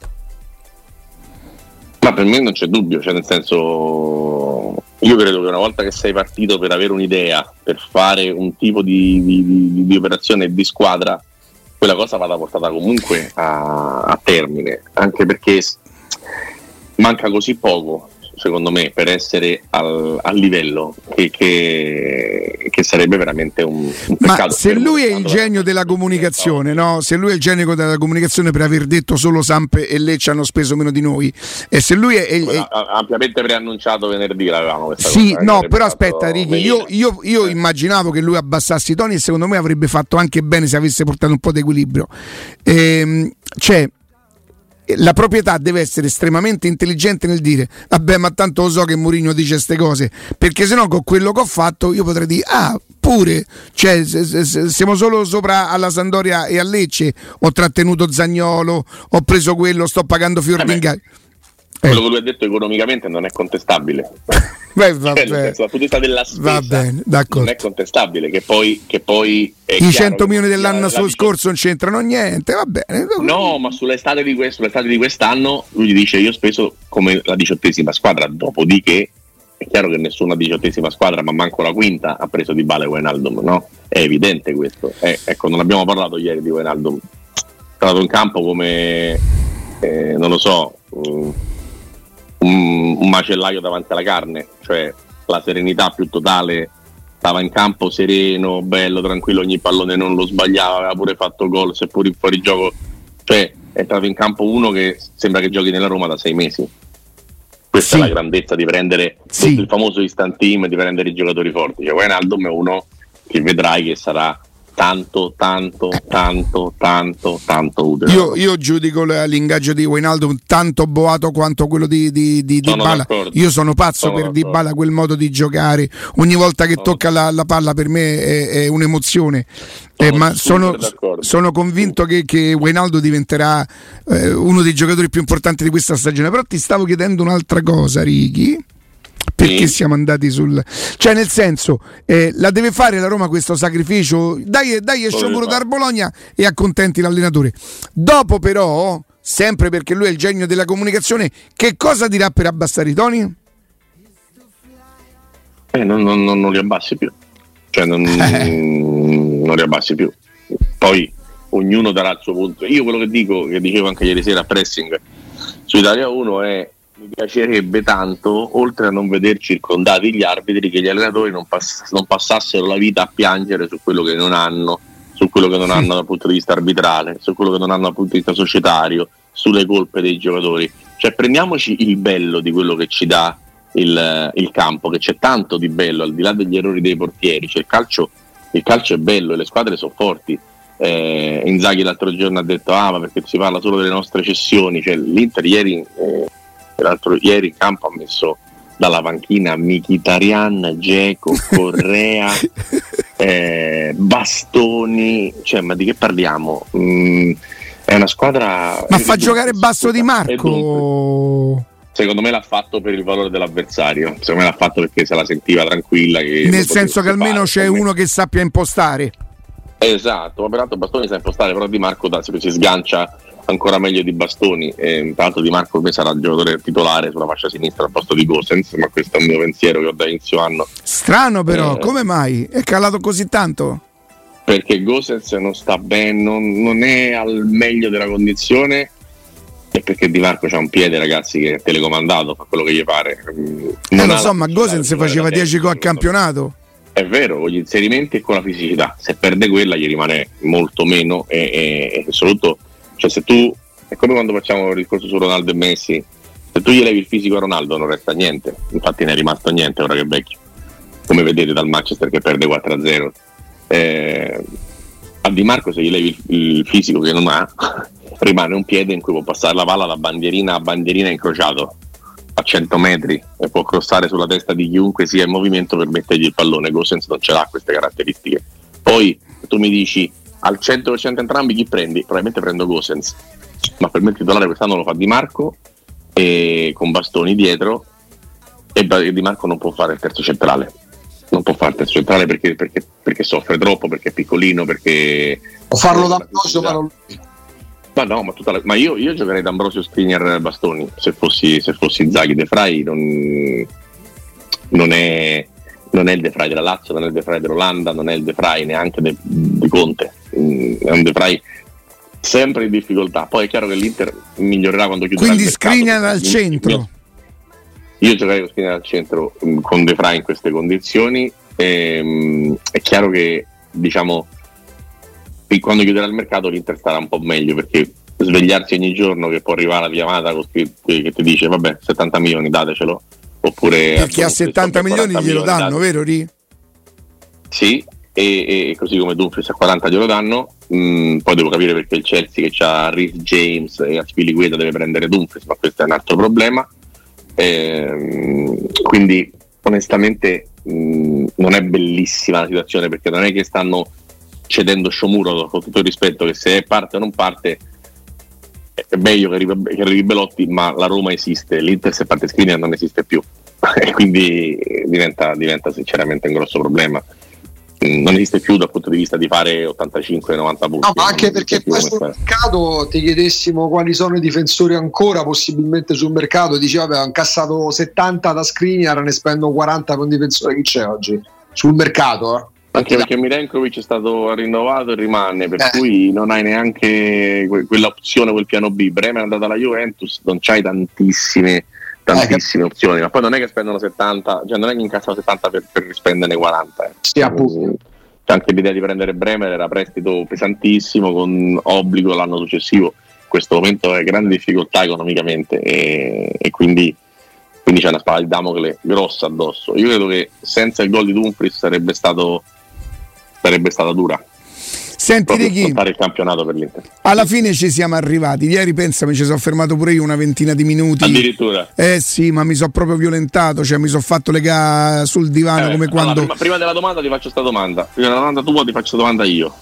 Ma per me non c'è dubbio, cioè nel senso, io credo che una volta che sei partito per avere un'idea, per fare un tipo di, di, di, di operazione di squadra, quella cosa vada portata comunque a, a termine, anche perché manca così poco, secondo me, per essere al, al livello che, che, che sarebbe veramente un, un peccato. Ma se lui è il genio della comunicazione, no? Se lui è il genio della comunicazione per aver detto solo Samp e Lecce hanno speso meno di noi, e se lui è, è, è... ampiamente preannunciato venerdì l'avevamo questa sì, cosa, no, però aspetta Righi, io, io, io eh. immaginavo che lui abbassasse i toni e secondo me avrebbe fatto anche bene se avesse portato un po' di equilibrio. Ehm, cioè la proprietà deve essere estremamente intelligente nel dire vabbè, ma tanto lo so che Mourinho dice queste cose, perché sennò con quello che ho fatto io potrei dire ah pure, cioè se, se, se, siamo solo sopra alla Sampdoria e a Lecce, ho trattenuto Zaniolo, ho preso quello, sto pagando fior di ingaggio. Quello eh. che lui ha detto economicamente non è contestabile. Beh, va cioè, dal punto di vista della spesa va bene, d'accordo. Non è contestabile, che poi, che poi è i cento milioni dell'anno la, la scorso non c'entrano niente, va bene. No, ma sull'estate di, questo, sull'estate di quest'anno lui gli dice io ho speso come la diciottesima squadra, dopodiché è chiaro che nessuna diciottesima squadra, ma manco la quinta, ha preso Dybala e Wijnaldum, no? È evidente questo. Eh, ecco, non abbiamo parlato ieri di Wijnaldum, è stato in campo come eh, non lo so, um, un, un macellaio davanti alla carne, cioè la serenità più totale, stava in campo sereno, bello, tranquillo, ogni pallone non lo sbagliava, aveva pure fatto gol, seppur in fuorigioco, cioè è entrato in campo uno che sembra che giochi nella Roma da sei mesi. Questa sì. è la grandezza di prendere sì. il famoso instant team, di prendere i giocatori forti. Cioè Wijnaldum è uno che vedrai che sarà tanto, tanto, tanto, tanto, tanto utile. Io, io giudico l'ingaggio di Wijnaldum tanto boato quanto quello di, di, di Dybala. Io sono pazzo sono per d'accordo. Dybala, quel modo di giocare. Ogni volta che sono tocca la, la palla per me è, è un'emozione. Sono eh, ma sono, sono convinto che, che Wijnaldum diventerà eh, uno dei giocatori più importanti di questa stagione. Però ti stavo chiedendo un'altra cosa, Righi. Perché sì. siamo andati sul, cioè nel senso eh, la deve fare la Roma questo sacrificio, dai dai sciopero dal Bologna e accontenti l'allenatore. Dopo però, sempre perché lui è il genio della comunicazione, che cosa dirà per abbassare i toni? Eh, non, non, non li abbassi più, cioè non, eh. non li abbassi più. Poi ognuno darà il suo punto. Io quello che dico, che dicevo anche ieri sera a Pressing su Italia uno è: mi piacerebbe tanto, oltre a non veder circondati gli arbitri, che gli allenatori non, pass- non passassero la vita a piangere su quello che non hanno, su quello che non sì. hanno dal punto di vista arbitrale, su quello che non hanno dal punto di vista societario, sulle colpe dei giocatori. Cioè prendiamoci il bello di quello che ci dà il, il campo, che c'è tanto di bello, al di là degli errori dei portieri. Cioè il calcio il calcio è bello e le squadre sono forti. eh, Inzaghi l'altro giorno ha detto ah ma perché si parla solo delle nostre cessioni, cioè l'Inter ieri, eh, l'altro, ieri in campo ha messo dalla panchina Mkhitaryan, Dzeko, Correa, eh, Bastoni, cioè ma di che parliamo? Mm, è una squadra. Ma fa giocare Basso Di Marco? Secondo me l'ha fatto per il valore dell'avversario, secondo me l'ha fatto perché se la sentiva tranquilla. Che nel senso che almeno c'è uno che sappia impostare. Esatto, ma peraltro Bastoni sa impostare, però Di Marco da, si sgancia ancora meglio di Bastoni. E, tra l'altro Di Marco per me sarà il giocatore titolare sulla fascia sinistra al posto di Gosens, ma questo è un mio pensiero che ho da inizio anno. Strano però, eh, come mai? È calato così tanto? Perché Gosens non sta bene, non, non è al meglio della condizione, e perché Di Marco c'ha un piede, ragazzi, che è telecomandato, fa quello che gli pare. Non eh lo so, ma Gosens faceva dieci gol al campionato. È vero, con gli inserimenti e con la fisicità, se perde quella gli rimane molto meno e, e, e soprattutto, cioè se tu, è come quando facciamo il discorso su Ronaldo e Messi, se tu gli levi il fisico a Ronaldo non resta niente, infatti ne è rimasto niente ora che è vecchio, come vedete dal Manchester che perde quattro a zero. Eh, a Di Marco se gli levi il, il fisico che non ha rimane un piede in cui può passare la palla da bandierina a bandierina incrociato a cento metri e può crossare sulla testa di chiunque sia in movimento per mettergli il pallone. Gosens non ce l'ha queste caratteristiche. Poi tu mi dici al cento per cento entrambi chi prendi? Probabilmente prendo Gosens, ma per me il titolare quest'anno lo fa Di Marco e con Bastoni dietro, e Di Marco non può fare il terzo centrale, non può fare il terzo centrale perché, perché, perché soffre troppo, perché è piccolino, perché può farlo d'Ambrosio, ma non Ma no, ma, tutta la, ma io, io giocherei d'Ambrosio, Skriniar, Bastoni se fossi, se fossi Inzaghi. De Vrij non, non, è, non è il De Vrij della Lazio, non è il De Vrij dell'Olanda, non è il De Vrij neanche di Conte, mm, è un De Vrij sempre in difficoltà. Poi è chiaro che l'Inter migliorerà quando chiuderà. Quindi Skriniar al centro. Io, io giocherei con Skriniar al centro mh, con De Vrij in queste condizioni. E, mh, è chiaro che diciamo quando chiuderà il mercato l'Inter starà un po' meglio, perché svegliarsi ogni giorno che può arrivare la chiamata che, che ti dice vabbè settanta milioni datecelo, oppure perché a settanta milioni glielo danno, date. Vero Ri? Sì, e, e così come Dumfries a quaranta glielo danno. Mm, poi devo capire perché il Chelsea che ha Reece James e Azpilicueta deve prendere Dumfries, ma questo è un altro problema. E, quindi onestamente mh, non è bellissima la situazione, perché non è che stanno cedendo Sciomuro, con tutto il rispetto, che se parte o non parte è meglio che arrivi, che arrivi Belotti, ma la Roma esiste, l'Inter se parte Skriniar non esiste più e quindi diventa, diventa sinceramente un grosso problema. Non esiste più dal punto di vista di fare ottantacinque novanta punti. No, ma anche perché poi sul mercato ti chiedessimo quali sono i difensori ancora possibilmente sul mercato, dici vabbè ho incassato settanta da Skriniar, ne spendo quaranta per un difensore. Chi c'è oggi sul mercato? Eh? Anche perché Milenkovic è stato rinnovato e rimane, per eh. cui non hai neanche que- quell'opzione, quel piano B. Bremer è andato alla Juventus, non c'hai tantissime tantissime eh, opzioni, ma poi non è che spendono settanta, cioè non è che incassano settanta per, per rispenderne quaranta. Eh. Sì, appunto. C'è anche l'idea di prendere Bremer, era prestito pesantissimo con obbligo l'anno successivo. In questo momento è grande difficoltà economicamente e, e quindi, quindi c'è una spada di Damocle grossa addosso. Io credo che senza il gol di Dumfries sarebbe stato sarebbe stata dura. Senti Ricky, il campionato per l'Inter. Alla fine ci siamo arrivati. Ieri pensami, ci sono fermato pure io una ventina di minuti. Addirittura. Eh sì, ma mi sono proprio violentato, cioè mi sono fatto legare sul divano eh, come allora, quando. Prima, prima della domanda ti faccio sta domanda. Prima della domanda tua ti faccio sta domanda io.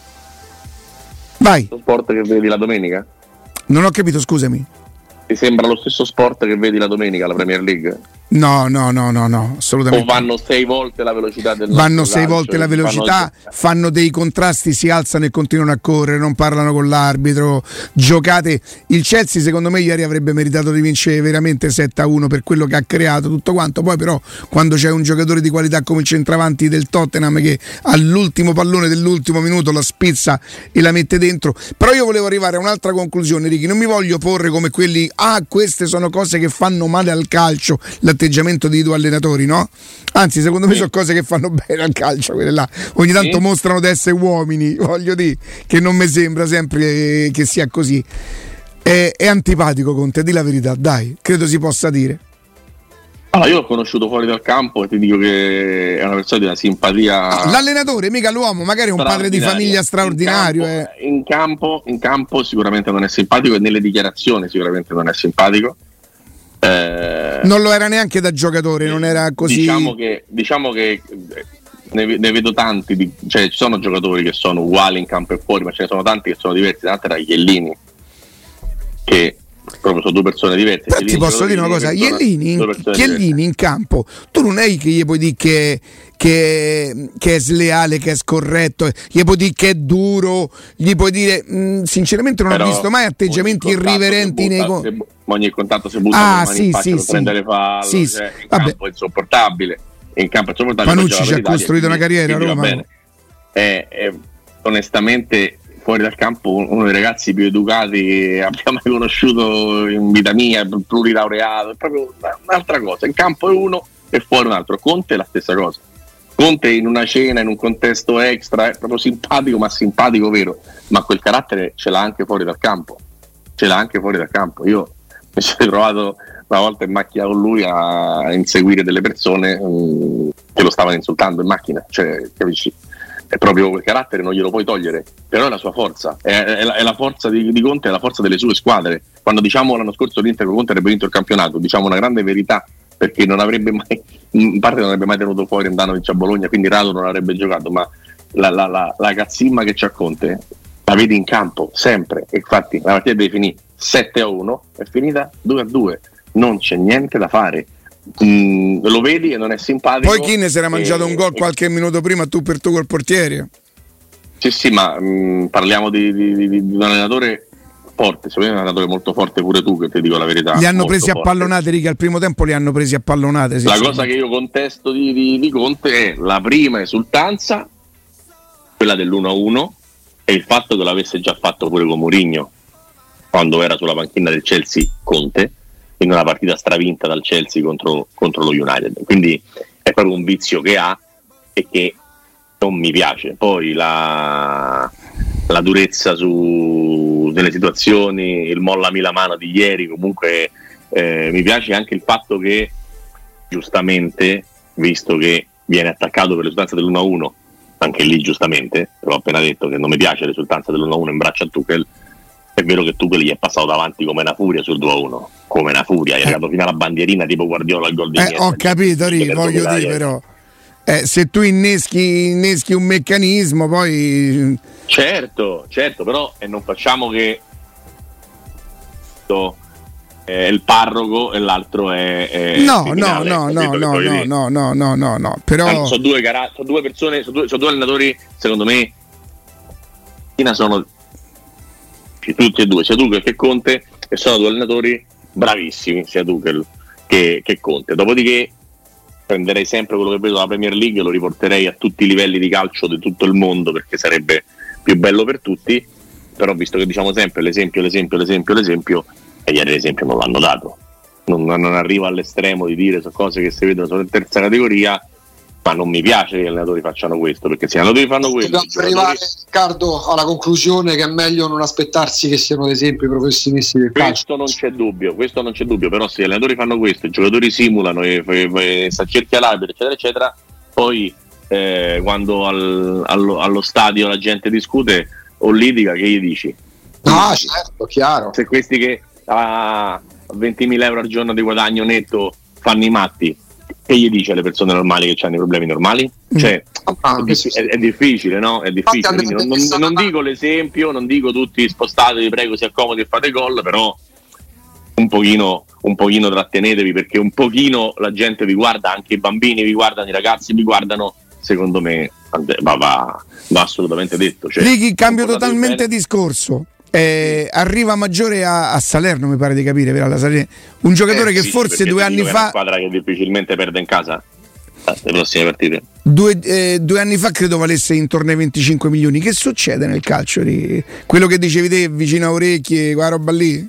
Vai. Lo sport che vedi la domenica? Non ho capito, scusami. Ti sembra lo stesso sport che vedi la domenica alla Premier League? No, no, no, no, no, assolutamente. O vanno sei volte la velocità del Vanno sei calcio, volte la velocità, fanno... fanno dei contrasti, si alzano e continuano a correre, non parlano con l'arbitro, giocate. Il Chelsea secondo me ieri avrebbe meritato di vincere veramente sette a uno per quello che ha creato, tutto quanto. Poi però quando c'è un giocatore di qualità come il centravanti del Tottenham che all'ultimo pallone dell'ultimo minuto la spizza e la mette dentro. Però io volevo arrivare a un'altra conclusione, Ricky, non mi voglio porre come quelli, ah queste sono cose che fanno male al calcio, l'atteggiamento dei due allenatori, no? Anzi, secondo me sono cose che fanno bene al calcio, quelle là. Ogni tanto sì. mostrano di essere uomini, voglio dire, che non mi sembra sempre che sia così. È, è antipatico Conte, di la verità, dai, credo si possa dire. Allora, io l'ho conosciuto fuori dal campo e ti dico che è una persona di una simpatia. Ah, l'allenatore, mica l'uomo, magari è un padre di famiglia straordinario. In campo, eh. in, campo, in campo sicuramente non è simpatico e nelle dichiarazioni sicuramente non è simpatico. Eh, non lo era neanche da giocatore, non era così. Diciamo che, diciamo che ne, ne vedo tanti, di, cioè ci sono giocatori che sono uguali in campo e fuori, ma ce ne sono tanti che sono diversi. Tanto era Chiellini, che proprio sono due persone diverse. Però ti posso dire una cosa, Chiellini in, Chiellini in campo, tu non è che gli puoi dire che, che, che è sleale, che è scorretto, gli puoi dire che è duro, gli puoi dire mh, sinceramente non Però ho visto mai atteggiamenti irriverenti nei confronti. Ogni contatto si butta ah, con sì, in faccia sì, per sì. prendere fallo, sì, cioè, in vabbè. campo è insopportabile. In campo è insopportabile. Panucci ci ha costruito una carriera a Roma. È, è, onestamente fuori dal campo uno dei ragazzi più educati che abbia mai conosciuto in vita mia, plurilaureato, è proprio un'altra cosa. In campo è uno e fuori un altro. Conte è la stessa cosa. Conte in una cena, in un contesto extra, è proprio simpatico, ma simpatico vero, ma quel carattere ce l'ha anche fuori dal campo. Ce l'ha anche fuori dal campo. Io mi sono trovato una volta in macchina con lui a inseguire delle persone mh, che lo stavano insultando in macchina, cioè, capisci? È proprio quel carattere, non glielo puoi togliere, però è la sua forza, è, è, la, è la forza di, di Conte, è la forza delle sue squadre. Quando diciamo l'anno scorso l'Inter con Conte avrebbe vinto il campionato, diciamo una grande verità, perché non avrebbe mai, in parte non avrebbe mai tenuto fuori Andanovic a Bologna, quindi Rado non avrebbe giocato, ma la, la, la, la cazzimma che c'ha Conte la vedi in campo sempre. Infatti la partita deve finire sette a uno, è finita due a due, non c'è niente da fare. Mm, lo vedi e non è simpatico. Poi Chi ne si era mangiato e, un gol qualche minuto prima tu per tu col portiere. Sì sì, ma mm, parliamo di, di, di, di un allenatore forte, secondo me è un allenatore molto forte pure tu, che ti dico la verità. Li hanno presi forte. a pallonate, Riga, al primo tempo li hanno presi a pallonate. La cosa che io contesto di, di, di Conte è la prima esultanza, quella dell'uno a uno, e il fatto che l'avesse già fatto pure con Mourinho quando era sulla panchina del Chelsea Conte, in una partita stravinta dal Chelsea contro, contro lo United. Quindi è proprio un vizio che ha e che non mi piace. Poi la, la durezza su delle situazioni, il mollami la mano di ieri, comunque eh, mi piace anche il fatto che giustamente, visto che viene attaccato per l'esultanza dell'uno a uno, anche lì giustamente, l'ho appena detto che non mi piace l'esultanza dell'uno a uno in braccio a Tuchel, è vero che Tuchel gli è passato davanti come una furia sul due a uno, come una furia, è arrivato fino alla bandierina tipo Guardiola al gol di eh, ho capito, Ri, voglio dire però eh, se tu inneschi, inneschi un meccanismo poi certo, certo, però e non facciamo che è il parroco e l'altro è, è no, no, no, no, no, no, no, no, no, no, no, però sono due, cara- sono due persone, sono due, sono due allenatori, secondo me sono tutti e due, sia Tuchel che Conte, e sono due allenatori bravissimi, sia Tuchel che, che Conte. Dopodiché prenderei sempre quello che vedo dalla Premier League e lo riporterei a tutti i livelli di calcio di tutto il mondo, perché sarebbe più bello per tutti. Però visto che diciamo sempre l'esempio, l'esempio, l'esempio, l'esempio, e ieri l'esempio non l'hanno dato, non, non arrivo all'estremo di dire su cose che si vedono solo in terza categoria, ma non mi piace che gli allenatori facciano questo, perché se gli allenatori fanno questo dobbiamo giocatori... arrivare, Riccardo, alla conclusione che è meglio non aspettarsi che siano ad esempio i professionisti del calcio. Questo non c'è dubbio, questo non c'è dubbio, però se gli allenatori fanno questo, i giocatori simulano e, e, e si accerchia l'arbitro eccetera eccetera, poi eh, quando al, allo, allo stadio la gente discute o litiga, che gli dici? Ah, certo, chiaro. Se questi che a ventimila euro al giorno di guadagno netto fanno i matti, che gli dice alle persone normali che hanno i problemi normali? Cioè, ah, è, diffi- è, è difficile, no? È difficile. Quindi non, non, non dico l'esempio, non dico tutti spostatevi, prego, si accomodi e fate gol, però un pochino, un pochino trattenetevi, perché un pochino la gente vi guarda, anche i bambini vi guardano, i ragazzi vi guardano, secondo me va, va, va assolutamente detto. Cioè, Righi, cambio totalmente discorso. Eh, arriva Maggiore a, a Salerno, mi pare di capire, per la Salerno. Un giocatore eh, che sì, forse due anni fa, è una squadra che difficilmente perde in casa le prossime partite. Due, eh, due anni fa credo valesse intorno ai venticinque milioni. Che succede nel calcio? Di quello che dicevi te, vicino a orecchie, quella roba lì?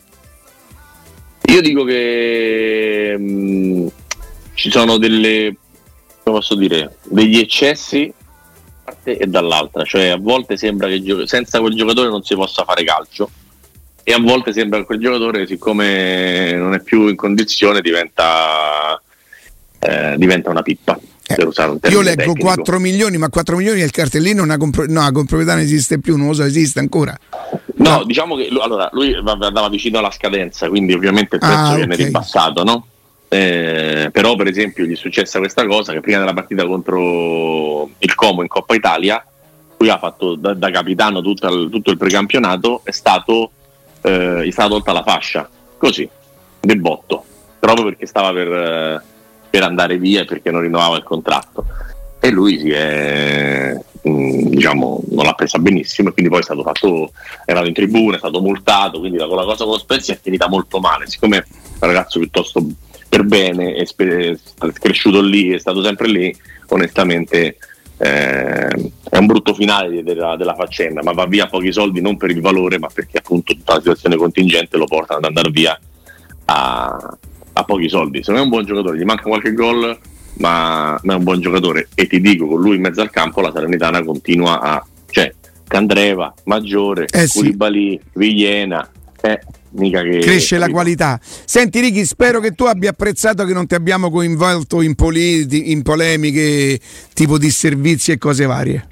Io dico che mh, ci sono delle, come posso dire, degli eccessi e dall'altra, cioè a volte sembra che gio- senza quel giocatore non si possa fare calcio, e a volte sembra che quel giocatore, siccome non è più in condizione, diventa eh, diventa una pippa. Eh, io leggo tecnico. quattro milioni, ma quattro milioni il cartellino, una compro- no, la comproprietà non esiste più, non lo so, esiste ancora? No, no. Diciamo che allora, lui andava vicino alla scadenza, quindi ovviamente il prezzo ah, viene okay. ribassato, no? Eh, però per esempio gli è successa questa cosa che prima della partita contro il Como in Coppa Italia, lui ha fatto da, da capitano tutto il, tutto il precampionato, è stato eh, gli è stata tolta la fascia, così, del botto, proprio perché stava per... Eh, per andare via perché non rinnovava il contratto, e lui si è mh, diciamo non l'ha presa benissimo, e quindi poi è stato fatto, è andato in tribuna, è stato multato, quindi la, la cosa con lo Spezia è finita molto male. Siccome è un ragazzo piuttosto per bene, è, spe- è cresciuto lì, è stato sempre lì, onestamente eh, è un brutto finale della, della faccenda, ma va via pochi soldi non per il valore, ma perché appunto tutta la situazione contingente lo porta ad andare via a a pochi soldi. Se non è un buon giocatore, gli manca qualche gol, ma, ma è un buon giocatore, e ti dico, con lui in mezzo al campo la Salernitana continua a, cioè Candreva, Maggiore, eh sì. Koulibaly, Villena, eh, mica che cresce la qualità. Senti Ricky, spero che tu abbia apprezzato che non ti abbiamo coinvolto in, politi- in polemiche tipo di servizi e cose varie.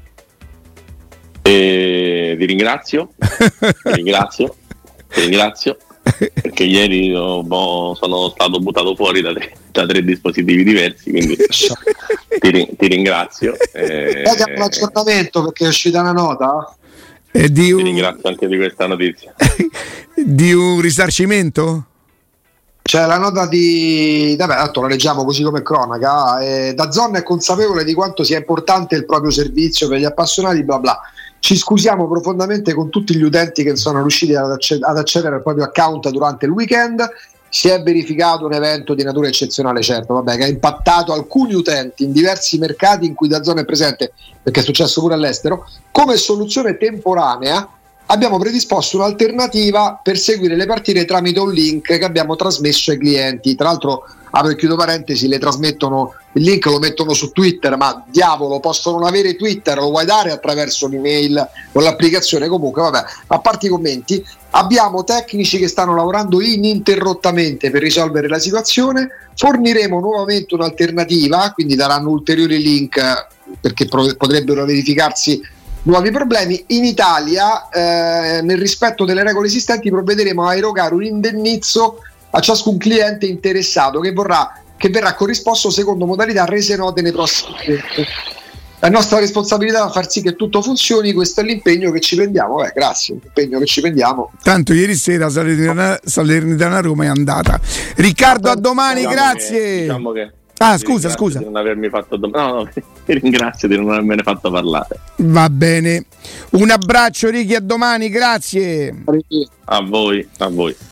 E vi ringrazio, vi ringrazio, vi ringrazio. Perché ieri oh, boh, sono stato buttato fuori da tre, da tre dispositivi diversi, quindi ti, ti ringrazio. Eh, Vediamo l'aggiornamento perché è uscita una nota. E di un... Ti ringrazio anche di questa notizia. Di un risarcimento? C'è la nota di... Vabbè, tanto la leggiamo così come cronaca. Eh, DAZN è consapevole di quanto sia importante il proprio servizio per gli appassionati, bla bla. Ci scusiamo profondamente con tutti gli utenti che sono riusciti ad, acced- ad accedere al proprio account durante il weekend. Si è verificato un evento di natura eccezionale, certo, vabbè, che ha impattato alcuni utenti in diversi mercati in cui DAZN è presente, perché è successo pure all'estero. Come soluzione temporanea abbiamo predisposto un'alternativa per seguire le partite tramite un link che abbiamo trasmesso ai clienti. Tra l'altro, apro e chiudo parentesi, le trasmettono, il link lo mettono su Twitter, ma diavolo, possono non avere Twitter, lo vuoi dare attraverso l'email o l'applicazione. Comunque vabbè, a parte i commenti, abbiamo tecnici che stanno lavorando ininterrottamente per risolvere la situazione. Forniremo nuovamente un'alternativa, quindi daranno ulteriori link perché pro- potrebbero verificarsi nuovi problemi. In Italia, eh, nel rispetto delle regole esistenti, provvederemo a erogare un indennizzo a ciascun cliente interessato che vorrà che verrà corrisposto secondo modalità rese note nei prossimi tempi. La nostra responsabilità è far sì che tutto funzioni, questo è l'impegno che ci prendiamo. Eh, grazie, l'impegno che ci prendiamo. Tanto ieri sera Salernitana, Salernitana Roma è andata. Riccardo, a domani, diciamo grazie. Che, diciamo che ah, scusa, scusa. Di non avermi fatto dom- no, no, ti ringrazio di non avermene fatto parlare. Va bene. Un abbraccio Ricky, a domani, grazie. A voi, a voi.